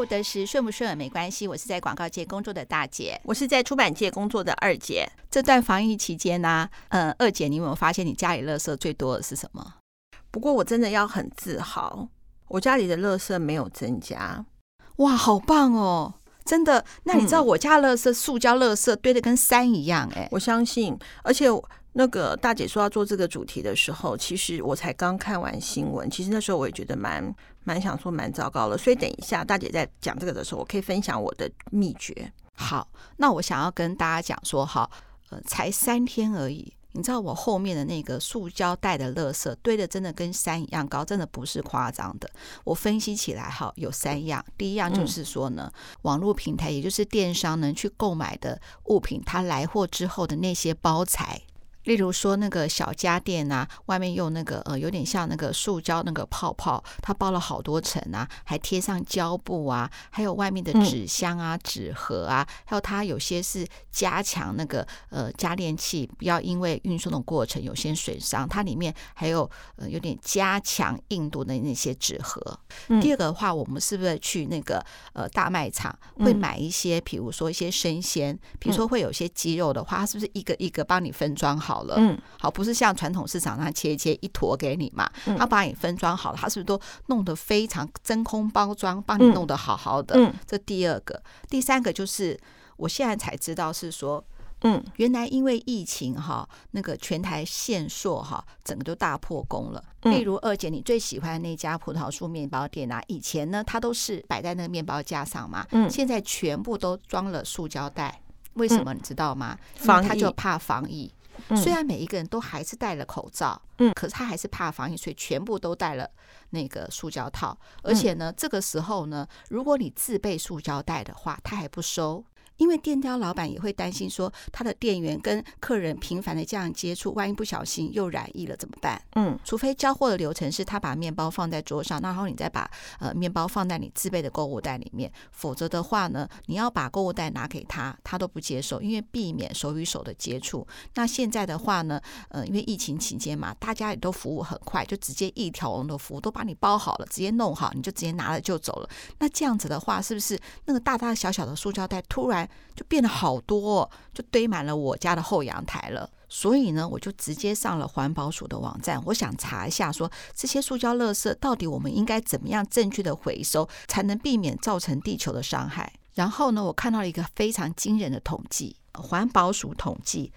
得失顺不顺没关系，我是在广告界工作的大姐， 我是在出版界工作的二姐。 这段防疫期间呢，二姐你有没有发现你家里垃圾最多的是什么？ 不过我真的要很自豪，我家里的垃圾没有增加。 哇，好棒哦！真的，那你知道我家垃圾塑胶垃圾堆得跟山一样我相信，而且那个大姐说要做这个主题的时候，其实我才刚看完新闻，其实那时候我也觉得蛮想说蛮糟糕了，所以等一下大姐在讲这个的时候，我可以分享我的秘诀。 好，那我想要跟大家讲说，才3天而已。你知道我后面的那个塑胶袋的垃圾堆的真的跟山一样高，真的不是夸张的。我分析起来有3样，第一样就是说呢，网络平台也就是电商能去购买的物品，它来货之后的那些包材。例如说那个小家电啊，外面用那个有点像那个塑胶那个泡泡，它包了好多层啊，还贴上胶布啊，还有外面的纸箱啊、纸盒啊，还有它有些是加强那个加电器不要因为运送的过程有些损伤，它里面还有有点加强硬度的那些纸盒。第二个的话，我们是不是去那个大卖场会买一些，比如说一些生鲜，比如说会有些鸡肉的话，它是不是一个一个帮你分装好了？好，不是像传统市场上切一切一坨给你嘛，它把你分装好了，它是不是都弄得非常真空包装，帮你弄得好好的？这第二个。第三个就是我现在才知道是说，原来因为疫情那个全台限塑整个都大破功了。例如二姐你最喜欢的那家葡萄树面包店啊，以前呢它都是摆在那个面包架上嘛，现在全部都装了塑胶袋。为什么你知道吗？因为他就怕防疫。虽然每一个人都还是戴了口罩，可是他还是怕防疫，所以全部都戴了那个塑胶套。而且呢，这个时候呢，如果你自备塑胶袋的话，他还不收。因为店家老板也会担心说，他的店员跟客人频繁的这样接触，万一不小心又染疫了怎么办？除非交货的流程是他把面包放在桌上，然后你再把面包放在你自备的购物袋里面，否则的话呢，你要把购物袋拿给他，他都不接受，因为避免手与手的接触。那现在的话呢，因为疫情期间嘛，大家也都服务很快，就直接一条龙的服务都把你包好了，直接弄好，你就直接拿了就走了。那这样子的话，是不是那个大大小小的塑胶袋突然就变得好多就堆满了我家的后阳台了？所以呢，我就直接上了环保署的网站，我想查一下说这些塑胶垃圾到底我们应该怎么样正确的回收，才能避免造成地球的伤害。然后呢，我看到了一个非常惊人的统计，环保署统计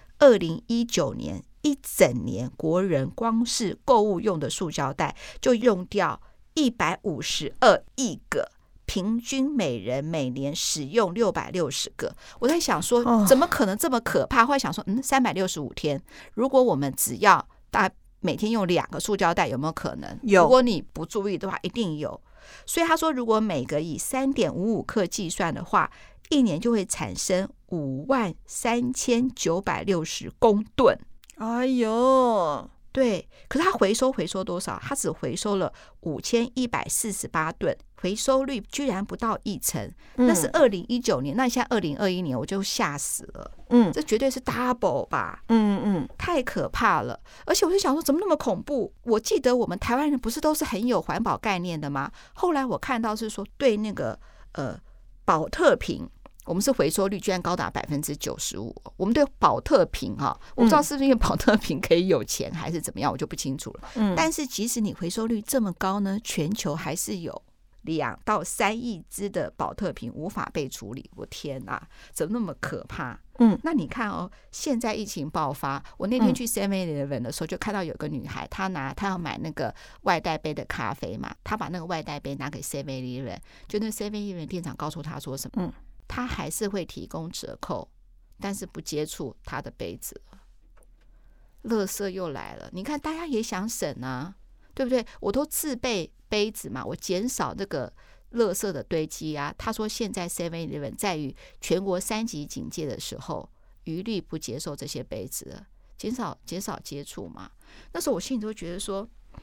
2019年一整年国人光是购物用的塑胶袋就用掉152亿个，平均每人每年使用660个。我在想说，怎么可能这么可怕？后来想说，365天，如果我们只要每天用2个塑胶袋，有没有可能？ 有。 如果你不注意的话，一定有。所以他说，如果每个以3.55克计算的话，一年就会产生53960公吨。 哎呦！ 对，可是它回收多少？它只回收了5148吨，回收率居然不到1%。那是2019年，那现在2021年，我就吓死了。这绝对是 double 吧？太可怕了。而且我就想说，怎么那么恐怖？我记得我们台湾人不是都是很有环保概念的吗？后来我看到是说，对那个保特瓶，我们是回收率居然高达95%。我们对保特瓶我不知道是不是因为保特瓶可以有钱还是怎么样，我就不清楚了。但是即使你回收率这么高呢，全球还是有2到3亿只的保特瓶无法被处理。我天哪，怎么那么可怕？那你看现在疫情爆发，我那天去 7-Eleven 的时候就看到有个女孩，她要买那个外带杯的咖啡嘛，她把那个外带杯拿给 7-Eleven， 就那 7-Eleven 店长告诉她说什么？他还是会提供折扣，但是不接触他的杯子了。垃圾又来了，你看大家也想省啊，对不对？我都自备杯子嘛，我减少这个垃圾的堆积啊。他说现在 7-Eleven 在于全国3级警戒的时候，一律不接受这些杯子了，减少接触嘛。那时候我心里都觉得说，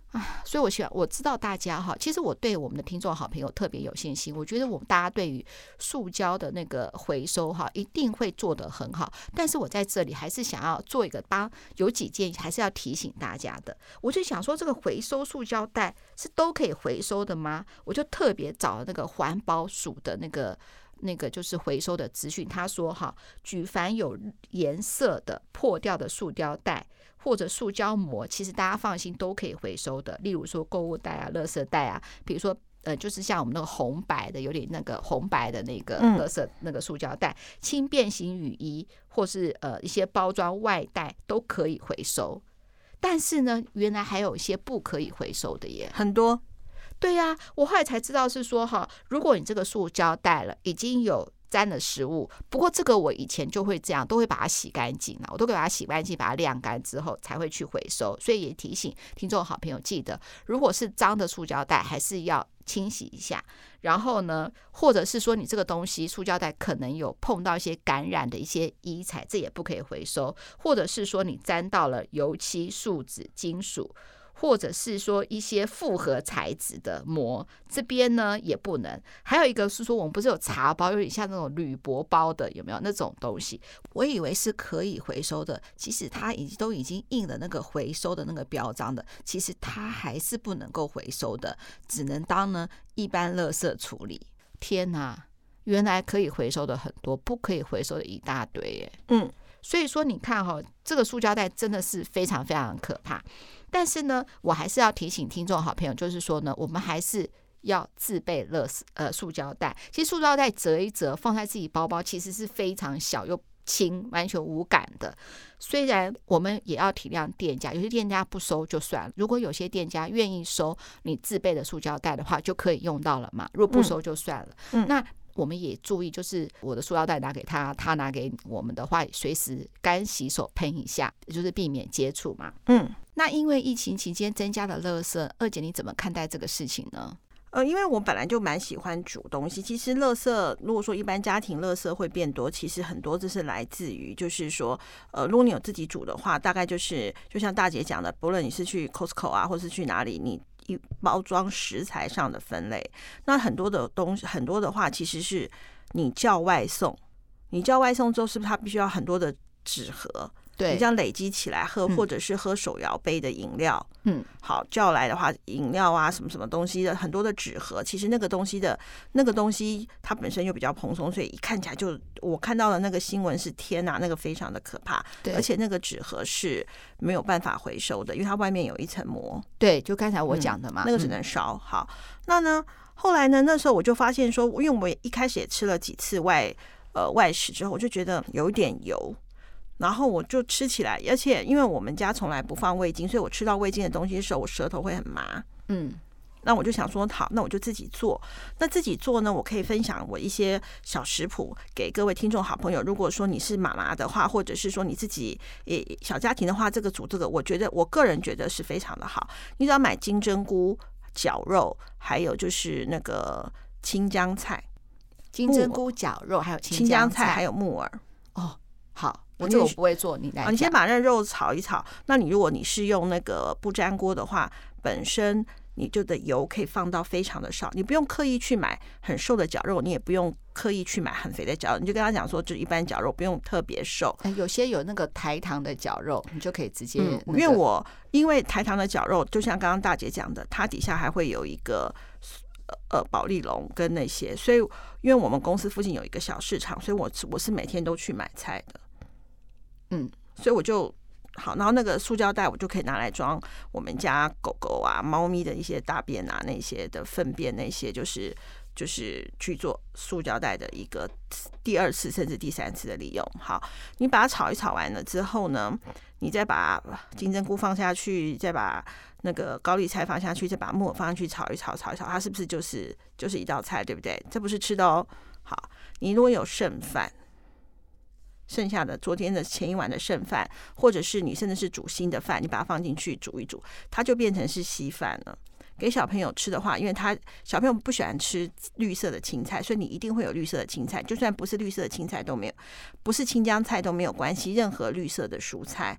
所以我知道大家哈，其实我对我们的听众好朋友特别有信心。我觉得我们大家对于塑胶的那个回收哈，一定会做得很好。但是我在这里还是想要做一个有几件还是要提醒大家的。我就想说，这个回收塑胶袋是都可以回收的吗？我就特别找那个环保署的那个就是回收的资讯。他说哈，举凡有颜色的破掉的塑胶袋或者塑胶膜，其实大家放心都可以回收的。例如说购物袋啊、垃圾袋啊，比如说就是像我们那个红白的，有点那个红白的那个垃圾那个塑胶袋，轻便型雨衣或是一些包装外袋都可以回收。但是呢，原来还有一些不可以回收的耶， 很多。 对呀，我后来才知道是说哈，如果你这个塑胶袋了已经有沾了食物，不过这个我以前就会这样，都会把它洗干净了，我都会把它洗干净，把它晾干之后才会去回收。所以也提醒听众好朋友记得，如果是脏的塑胶袋，还是要清洗一下。然后呢，或者是说你这个东西塑胶袋可能有碰到一些感染的一些衣材，这也不可以回收。或者是说你沾到了油漆、树脂、金属，或者是说一些复合材质的膜，这边呢也不能。还有一个是说，我们不是有茶包，有点像那种铝箔包的，有没有那种东西？我以为是可以回收的，其实它都已经印了那个回收的那个标章的，其实它还是不能够回收的，只能当呢一般垃圾处理。天哪，原来可以回收的很多，不可以回收的一大堆耶。所以说你看哈，这个塑胶袋真的是非常非常可怕。但是呢，我还是要提醒听众好朋友，就是说呢，我们还是要自备塑胶袋。其实塑胶袋折一折放在自己包包，其实是非常小又轻，完全无感的。虽然我们也要体谅店家，有些店家不收就算了，如果有些店家愿意收你自备的塑胶袋的话，就可以用到了嘛。如果不收就算了。那我们也注意，就是我的塑料袋拿给他，他拿给我们的话，随时干洗手喷一下，就是避免接触嘛。那因为疫情期间增加了垃圾，二姐你怎么看待这个事情呢？ 因为我本来就蛮喜欢煮东西。其实垃圾，如果说一般家庭垃圾会变多，其实很多这是来自于，就是说，如果你有自己煮的话，大概就是就像大姐讲的，不论你是去 Costco 啊，或是去哪里，你包装食材上的分类，那很多的东西，很多的话，其实是你叫外送，你叫外送之后，是不是它必须要很多的纸盒？ 对， 你这样累积起来喝，或者是喝手摇杯的饮料，好叫来的话，饮料啊什么什么东西的很多的纸盒，其实那个东西它本身又比较蓬松，所以一看起来就我看到的那个新闻是天哪，那个非常的可怕，而且那个纸盒是没有办法回收的，因为它外面有一层膜。 对，就刚才我讲的嘛， 那个只能烧。好，那呢后来呢，那时候我就发现说，因为我一开始也吃了几次外食之后，我就觉得有点油。然后我就吃起来，而且因为我们家从来不放味精，所以我吃到味精的东西的时候，我舌头会很麻。那我就想说，好，那我就自己做。那自己做呢，我可以分享我一些小食谱给各位听众好朋友。如果说你是妈妈的话，或者是说你自己小家庭的话，煮这个，我个人觉得是非常的好。你只要买金针菇、绞肉，还有就是那个青江菜， 金针菇、绞肉，还有青江菜，还有木耳。 好。我这个我不会做，你来讲。 你先把那肉炒一炒。那如果你是用那个不粘锅的话，本身你就的油可以放到非常的少，你不用刻意去买很瘦的绞肉，你也不用刻意去买很肥的绞肉，你就跟他讲说，就一般绞肉不用特别瘦。 有些有那个台糖的绞肉，你就可以直接、 因为台糖的绞肉，就像刚刚大姐讲的，它底下还会有一个保丽龙跟那些，所以因为我们公司附近有一个小市场，所以我是每天都去买菜的。所以我就好，然后那个塑胶袋我就可以拿来装我们家狗狗啊、猫咪的一些大便啊、那些的粪便，那些就是去做塑胶袋的一个第二次甚至第三次的利用。好，你把它炒一炒完了之后呢，你再把金针菇放下去，再把那个高丽菜放下去，再把木耳放上去炒一炒，它是不是就是一道菜，对不对？这不是吃的哦。好，你如果有剩饭，剩下的昨天的前一晚的剩饭，或者是你甚至是煮新的饭，你把它放进去煮一煮，它就变成是稀饭了。给小朋友吃的话，因为小朋友不喜欢吃绿色的青菜，所以你一定会有绿色的青菜，就算不是绿色的青菜都没有，不是青江菜都没有关系，任何绿色的蔬菜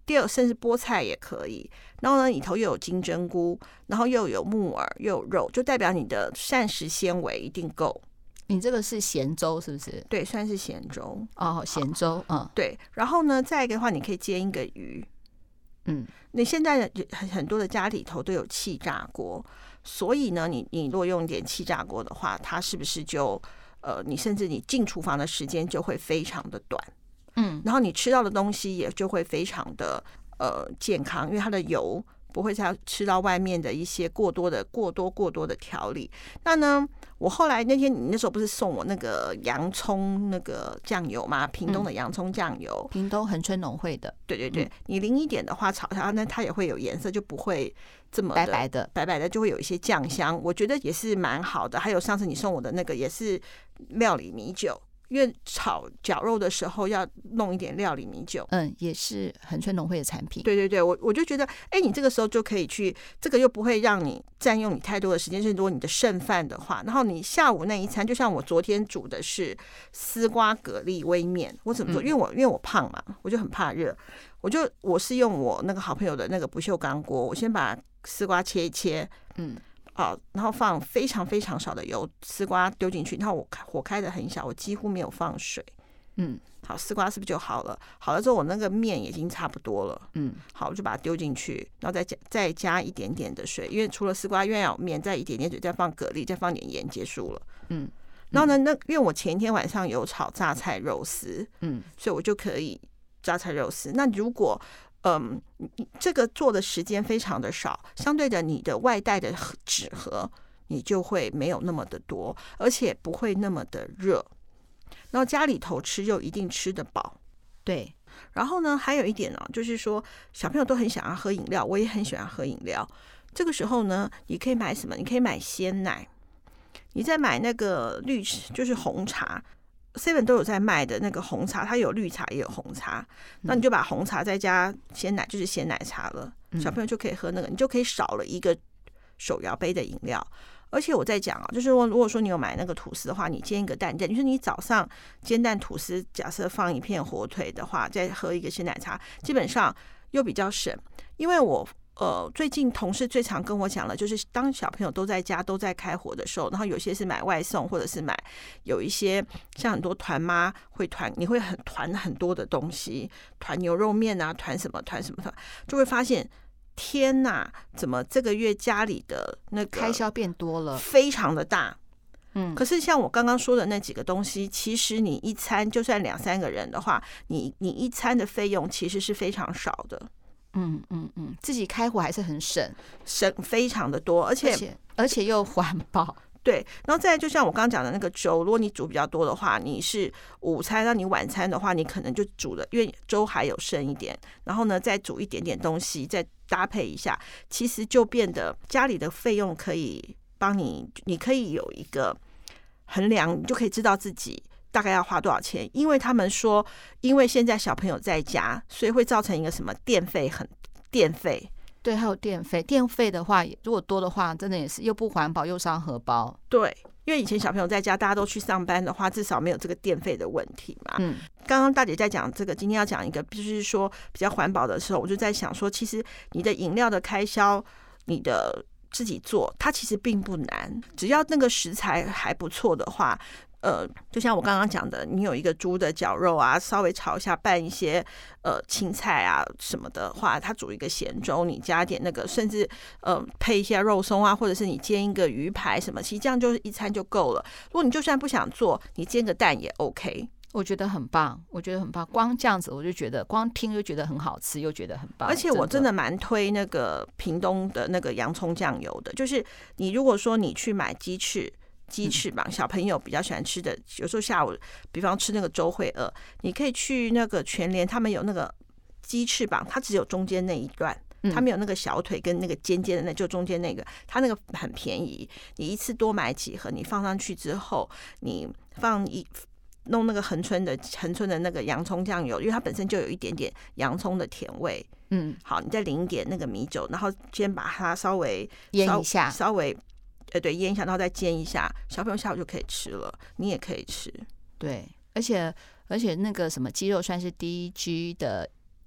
第二甚至菠菜也可以。然后呢，里头又有金针菇，然后又有木耳，又有肉，就代表你的膳食纤维一定够。 你这个是咸粥是不是？ 对，算是咸粥。 哦，咸粥， 对。然后呢，再一个的话，你可以煎一个鱼。你现在很多的家里头都有气炸锅，所以呢，你如果用一点气炸锅的话，它是不是就你甚至你进厨房的时间就会非常的短，然后你吃到的东西也就会非常的健康，因为它的油不会再吃到外面的一些过多的调理。那呢，我后来那天你那时候不是送我那个洋葱那个酱油吗？屏东的洋葱酱油， 屏东恒春农会的。 对对对，你淋一点的话，炒它那它也会有颜色，就不会这么白白的， 就会有一些酱香，我觉得也是蛮好的。还有上次你送我的那个也是料理米酒。因为炒绞肉的时候要弄一点料理米酒， 也是恒春农会的产品。 对对对，我就觉得，你这个时候就可以去，这个又不会让你占用你太多的时间。如果你的剩饭的话，然后你下午那一餐，就像我昨天煮的是丝瓜蛤蜊微面，我怎么做？因为我胖嘛，我就很怕热，我是用我那个好朋友的那个不锈钢锅，我先把丝瓜切一切，然后放非常非常少的油，丝瓜丢进去，然后我火开的很小，我几乎没有放水。好，丝瓜是不是就好了？好了之后，我那个面已经差不多了。好，我就把它丢进去，然后再加一点点的水，因为除了丝瓜，因为要有面，再一点点水，再放蛤蜊，再放点盐，结束了。然后呢，因为我前一天晚上有炒榨菜肉丝，所以我就可以榨菜肉丝。那如果这个做的时间非常的少，相对的你的外带的纸盒你就会没有那么的多，而且不会那么的热，然后家里头吃又一定吃得饱。 对， 然后呢，还有一点呢，就是说小朋友都很想要喝饮料，我也很喜欢喝饮料。这个时候呢，你可以买什么？你可以买鲜奶，你再买那个就是红茶。7都有在卖的那个红茶，它有绿茶也有红茶，那你就把红茶再加鲜奶，就是鲜奶茶了。小朋友就可以喝那个，你就可以少了一个手摇杯的饮料。而且我在讲啊，就是如果说你有买那个吐司的话，你煎一个蛋，就是你早上煎蛋吐司，假设放一片火腿的话，再喝一个鲜奶茶，基本上又比较省。因为我最近同事最常跟我讲了，就是当小朋友都在家都在开火的时候，然后有些是买外送，或者是有一些像很多团妈会你会团很多的东西，团牛肉面啊，团什么，就会发现天哪，怎么这个月家里的那个开销变多了， 非常的大。可是像我刚刚说的那几个东西，其实你一餐就算2-3个人的话，你一餐的费用其实是非常少的。 自己开火还是很省非常的多， 而且又环保。 对，然后再来就像我刚刚讲的那个粥，如果你煮比较多的话，你是午餐，那你晚餐的话，你可能就煮了，因为粥还有剩一点，然后呢再煮一点点东西，再搭配一下，其实就变得家里的费用可以帮你可以有一个衡量，你就可以知道自己大概要花多少钱。因为他们说，因为现在小朋友在家，所以会造成一个什么电费。 对，还有电费。电费的话，如果多的话，真的也是又不环保又伤荷包。 对，因为以前小朋友在家，大家都去上班的话，至少没有这个电费的问题嘛。刚刚大姐在讲这个，今天要讲一个，就是说比较环保的时候，我就在想说，其实你的饮料的开销，你的自己做，它其实并不难，只要那个食材还不错的话。就像我刚刚讲的，你有一个猪的绞肉啊，稍微炒一下，拌一些青菜啊什么的话，它煮一个咸粥，你加点那个，甚至配一些肉松啊，或者是你煎一个鱼排什么，其实这样就是一餐就够了。如果你就算不想做，你煎个蛋也 OK。 我觉得很棒，光这样子我就觉得，光听就觉得很好吃，又觉得很棒。 而且我真的蛮推那个屏东的那个洋葱酱油的，就是你如果说你去买鸡翅膀，小朋友比较喜欢吃的，有时候下午比方吃那个粥会饿，你可以去那个全联，他们有那个鸡翅膀，它只有中间那一段，它没有那个小腿跟那个尖尖的，那就中间那个，它那个很便宜，你一次多买几盒，你放上去之后，你弄那个恒春的那个洋葱酱油，因为它本身就有一点点洋葱的甜味。好，你再淋一点那个米酒，然后先把它稍微腌一下， 对，腌一下，然后再煎一下，小朋友下午就可以吃了，你也可以吃。 对，而且那个什么鸡肉算是低 G 的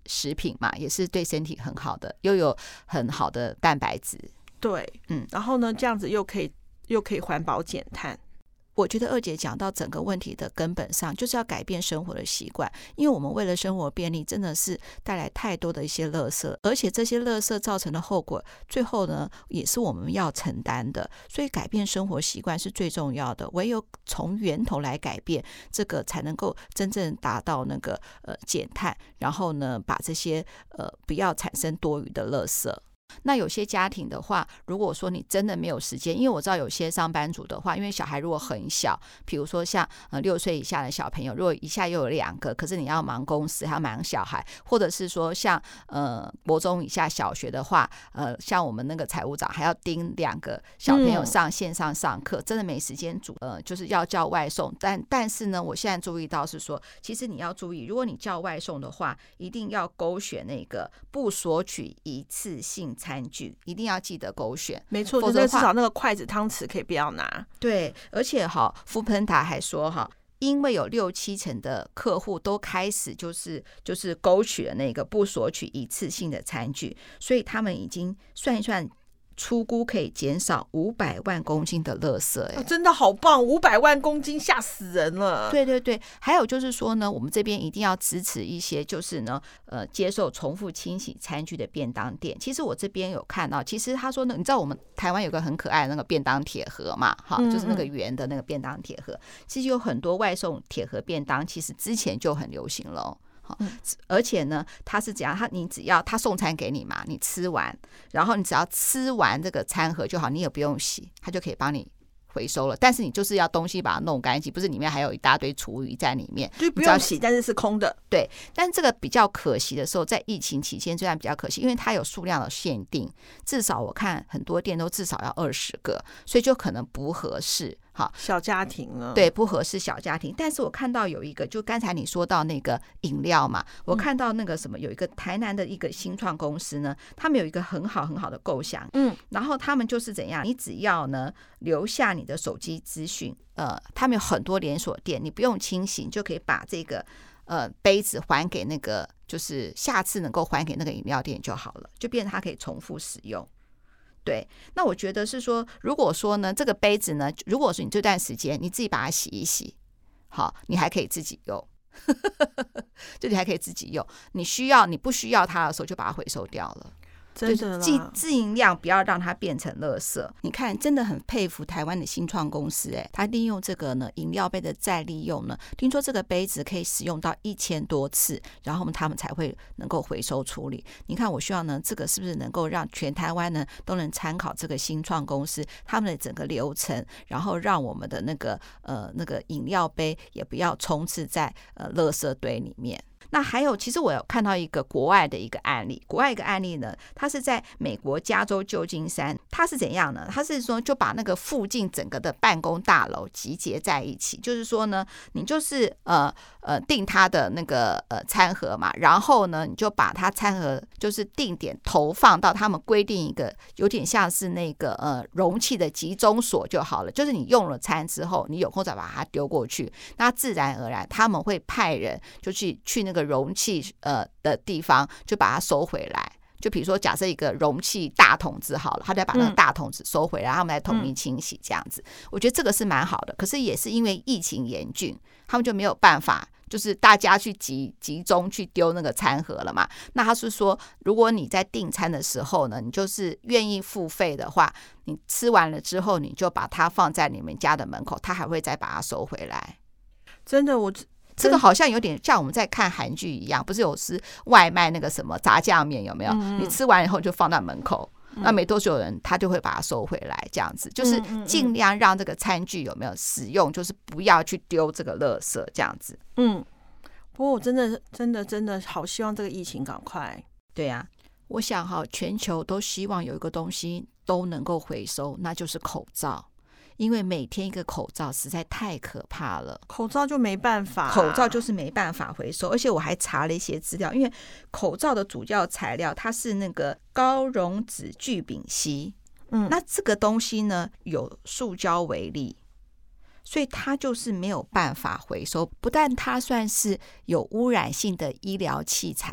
食品嘛，也是对身体很好的，又有很好的蛋白质。 对，然后呢，这样子又可以环保减碳。 我觉得二姐讲到整个问题的根本上，就是要改变生活的习惯，因为我们为了生活便利，真的是带来太多的一些垃圾，而且这些垃圾造成的后果，最后呢也是我们要承担的。所以改变生活习惯是最重要的，唯有从源头来改变，这个才能够真正达到那个减碳，然后呢把这些不要产生多余的垃圾。那有些家庭的话，如果说你真的没有时间，因为我知道有些上班族的话，因为小孩如果很小，比如说像6岁以下的小朋友，如果一下又有2个，可是你要忙公司还要忙小孩，或者是说像国中以下小学的话，像我们那个财务长还要盯2个小朋友上线上上课，真的没时间煮，就是要叫外送。但是呢，我现在注意到是说，其实你要注意，如果你叫外送的话，一定要勾选那个不索取一次性餐具，一定要记得勾选。 没错，就是至少那个筷子汤匙可以不要拿。 对，而且Foodpanda还说因为有6-7成的客户都开始就是勾取了那个不索取一次性的餐具，所以他们已经算一算，初估可以减少500万公斤的垃圾。 真的好棒，500万公斤，吓死人了。 对对对，还有就是说呢，我们这边一定要支持一些就是呢接受重复清洗餐具的便当店。其实我这边有看到，其实他说呢，你知道我们台湾有个很可爱的那个便当铁盒嘛，就是那个圆的那个便当铁盒，其实有很多外送铁盒便当，其实之前就很流行了。而且呢，他是怎样？你只要他送餐给你嘛，你吃完，然后你只要吃完这个餐盒就好，你也不用洗，他就可以帮你回收了。但是你就是要东西把它弄干净，不是里面还有一大堆厨余在里面， 就不用洗，但是是空的。 对，但这个比较可惜的时候，在疫情期间虽然比较可惜，因为它有数量的限定，至少我看很多店都至少要20个，所以就可能不合适。好， 小家庭了， 对，不合适小家庭。但是我看到有一个，就刚才你说到那个饮料嘛，我看到那个什么，有一个台南的一个新创公司呢，他们有一个很好的构想，然后他们就是怎样，你只要呢留下你的手机资讯，他们有很多连锁店，你不用清洗，你就可以把这个杯子还给那个，就是下次能够还给那个饮料店就好了，就变成它可以重复使用。对，那我觉得是说，如果说呢，这个杯子呢，如果说你这段时间你自己把它洗一洗，好，你还可以自己用，就你还可以自己用。你不需要它的时候，就把它回收掉了。 真的啦， 尽量不要让它变成垃圾。你看，真的很佩服台湾的新创公司，它利用这个呢饮料杯的再利用呢，听说这个杯子可以使用到1000多次，然后他们才会能够回收处理。你看，我希望呢，这个是不是能够让全台湾呢都能参考这个新创公司他们的整个流程，然后让我们的那个饮料杯也不要充斥在垃圾堆里面。那还有，其实我有看到一个国外的一个案例，呢，它是在美国加州旧金山，它是怎样呢？它是说就把那个附近整个的办公大楼集结在一起，就是说呢，你就是订它的那个餐盒嘛，然后呢，你就把它餐盒就是定点投放到他们规定一个有点像是那个容器的集中所就好了，就是你用了餐之后，你有空再把它丢过去，那自然而然他们会派人就去那个容器的地方就把它收回来。就比如说假设一个容器大桶子好了，他再把那个大桶子收回来，他们来统一清洗这样子。我觉得这个是蛮好的，可是也是因为疫情严峻，他们就没有办法就是大家去集中去丢那个餐盒了嘛。那他是说，如果你在订餐的时候呢，你就是愿意付费的话，你吃完了之后你就把它放在你们家的门口，他还会再把它收回来。 真的， 这个好像有点像我们在看韩剧一样，不是有时外卖那个什么炸酱面有没有？你吃完以后就放在门口，那没多久人他就会把它收回来，这样子就是尽量让这个餐具有没有使用，就是不要去丢这个垃圾这样子。 不过我真的好希望这个疫情赶快。 对啊，我想全球都希望有一个东西都能够回收，那就是口罩。因为每天一个口罩实在太可怕了， 口罩就没办法， 口罩就是没办法回收。而且我还查了一些资料，因为口罩的主要材料它是那个高溶酯聚丙烯，那这个东西呢有塑胶微粒，所以它就是没有办法回收。不但它算是有污染性的医疗器材，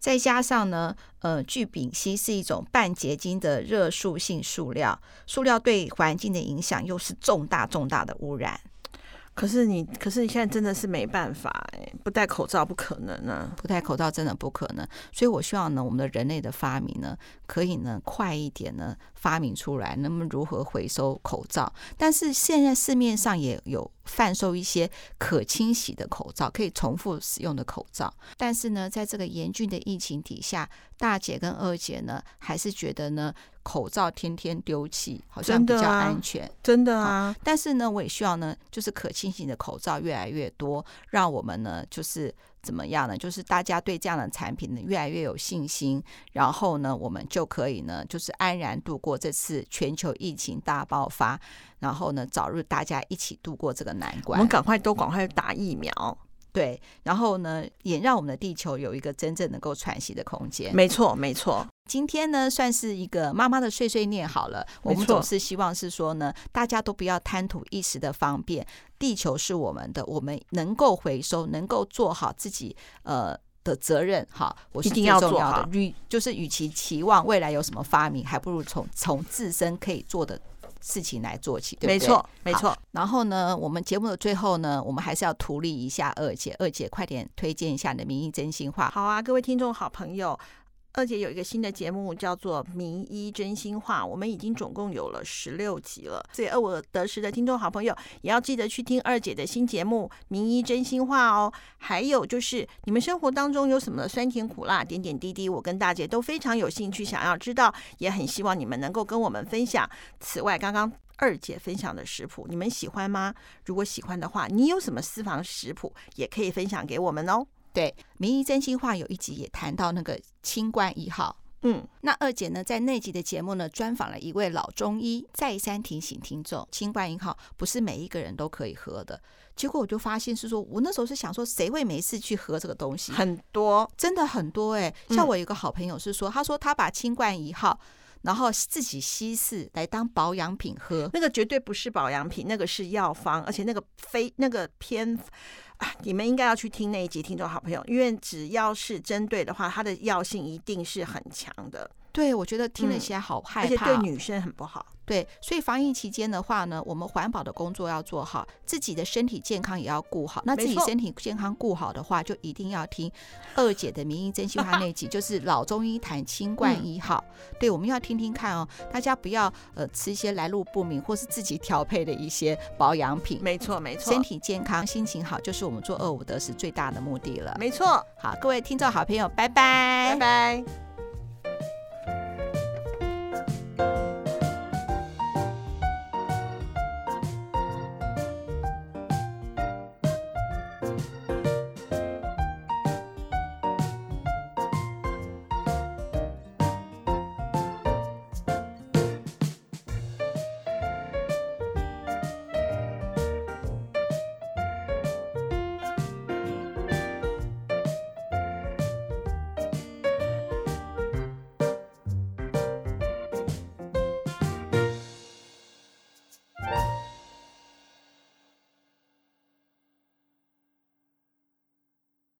再加上呢，聚丙烯是一种半结晶的热塑性塑料，塑料对环境的影响又是重大的污染。 可是你现在真的是没办法不戴口罩不可能啊， 不戴口罩真的不可能。所以我希望呢，我们的人类的发明呢，可以呢快一点呢发明出来，那么如何回收口罩？但是现在市面上也有贩售一些可清洗的口罩，可以重复使用的口罩。但是呢，在这个严峻的疫情底下，大姐跟二姐呢，还是觉得呢，口罩天天丢弃好像比较安全， 真的啊。 但是呢，我也希望呢，就是可清洗的口罩越来越多，让我们呢，就是怎么样呢？就是大家对这样的产品呢越来越有信心，然后呢，我们就可以呢，就是安然度过这次全球疫情大爆发，然后呢，早日大家一起度过这个难关。 我们赶快打疫苗。 对，然后呢，也让我们的地球有一个真正能够喘息的空间。 没错，没错。 今天呢，算是一个妈妈的碎碎念好了。我们总是希望是说呢，大家都不要贪图一时的方便，地球是我们的，我们能够回收，能够做好自己的责任哈，我是最重要的。就是与其期望未来有什么发明，还不如从自身可以做的事情来做起，对不对？ 没错，没错。 然后呢，我们节目的最后呢，我们还是要图利一下二姐。二姐，快点推荐一下你的民意真心话。 好啊，各位听众好朋友，二姐有一个新的节目叫做《民意真心话》，我们已经总共有了16集了，所以俄我得时的听众好朋友也要记得去听二姐的新节目《民意真心话》哦。还有就是你们生活当中有什么酸甜苦辣点点滴滴，我跟大姐都非常有兴趣想要知道，也很希望你们能够跟我们分享。此外，刚刚二姐分享的食谱你们喜欢吗？如果喜欢的话，你有什么私房食谱也可以分享给我们哦。 对，民意真心话有一集也谈到那个清冠1号。那二姐呢，在那集的节目呢，专访了一位老中医，再三提醒听众，清冠1号不是每一个人都可以喝的。结果我就发现是说，我那时候是想说，谁会没事去喝这个东西？ 很多， 真的很多像我有个好朋友是说，他说他把清冠1号。然后自己稀释来当保养品喝， 那个绝对不是保养品，那个是药方，而且那个偏你们应该要去听那一集，听众好朋友，因为只要是针对的话，它的药性一定是很强的。 对，我觉得听了起来好害怕， 而且对女生很不好。 对，所以防疫期间的话呢，我们环保的工作要做好，自己的身体健康也要顾好。那自己身体健康顾好的话，就一定要听二姐的民意真心话那集，就是老中医谈清冠1号。对，我们要听听看哦，大家不要吃一些来路不明或是自己调配的一些保养品。 没错，没错， 身体健康、心情好，就是我们做25得10最大的目的了。 没错。 好，各位听众好朋友，拜拜， 拜拜。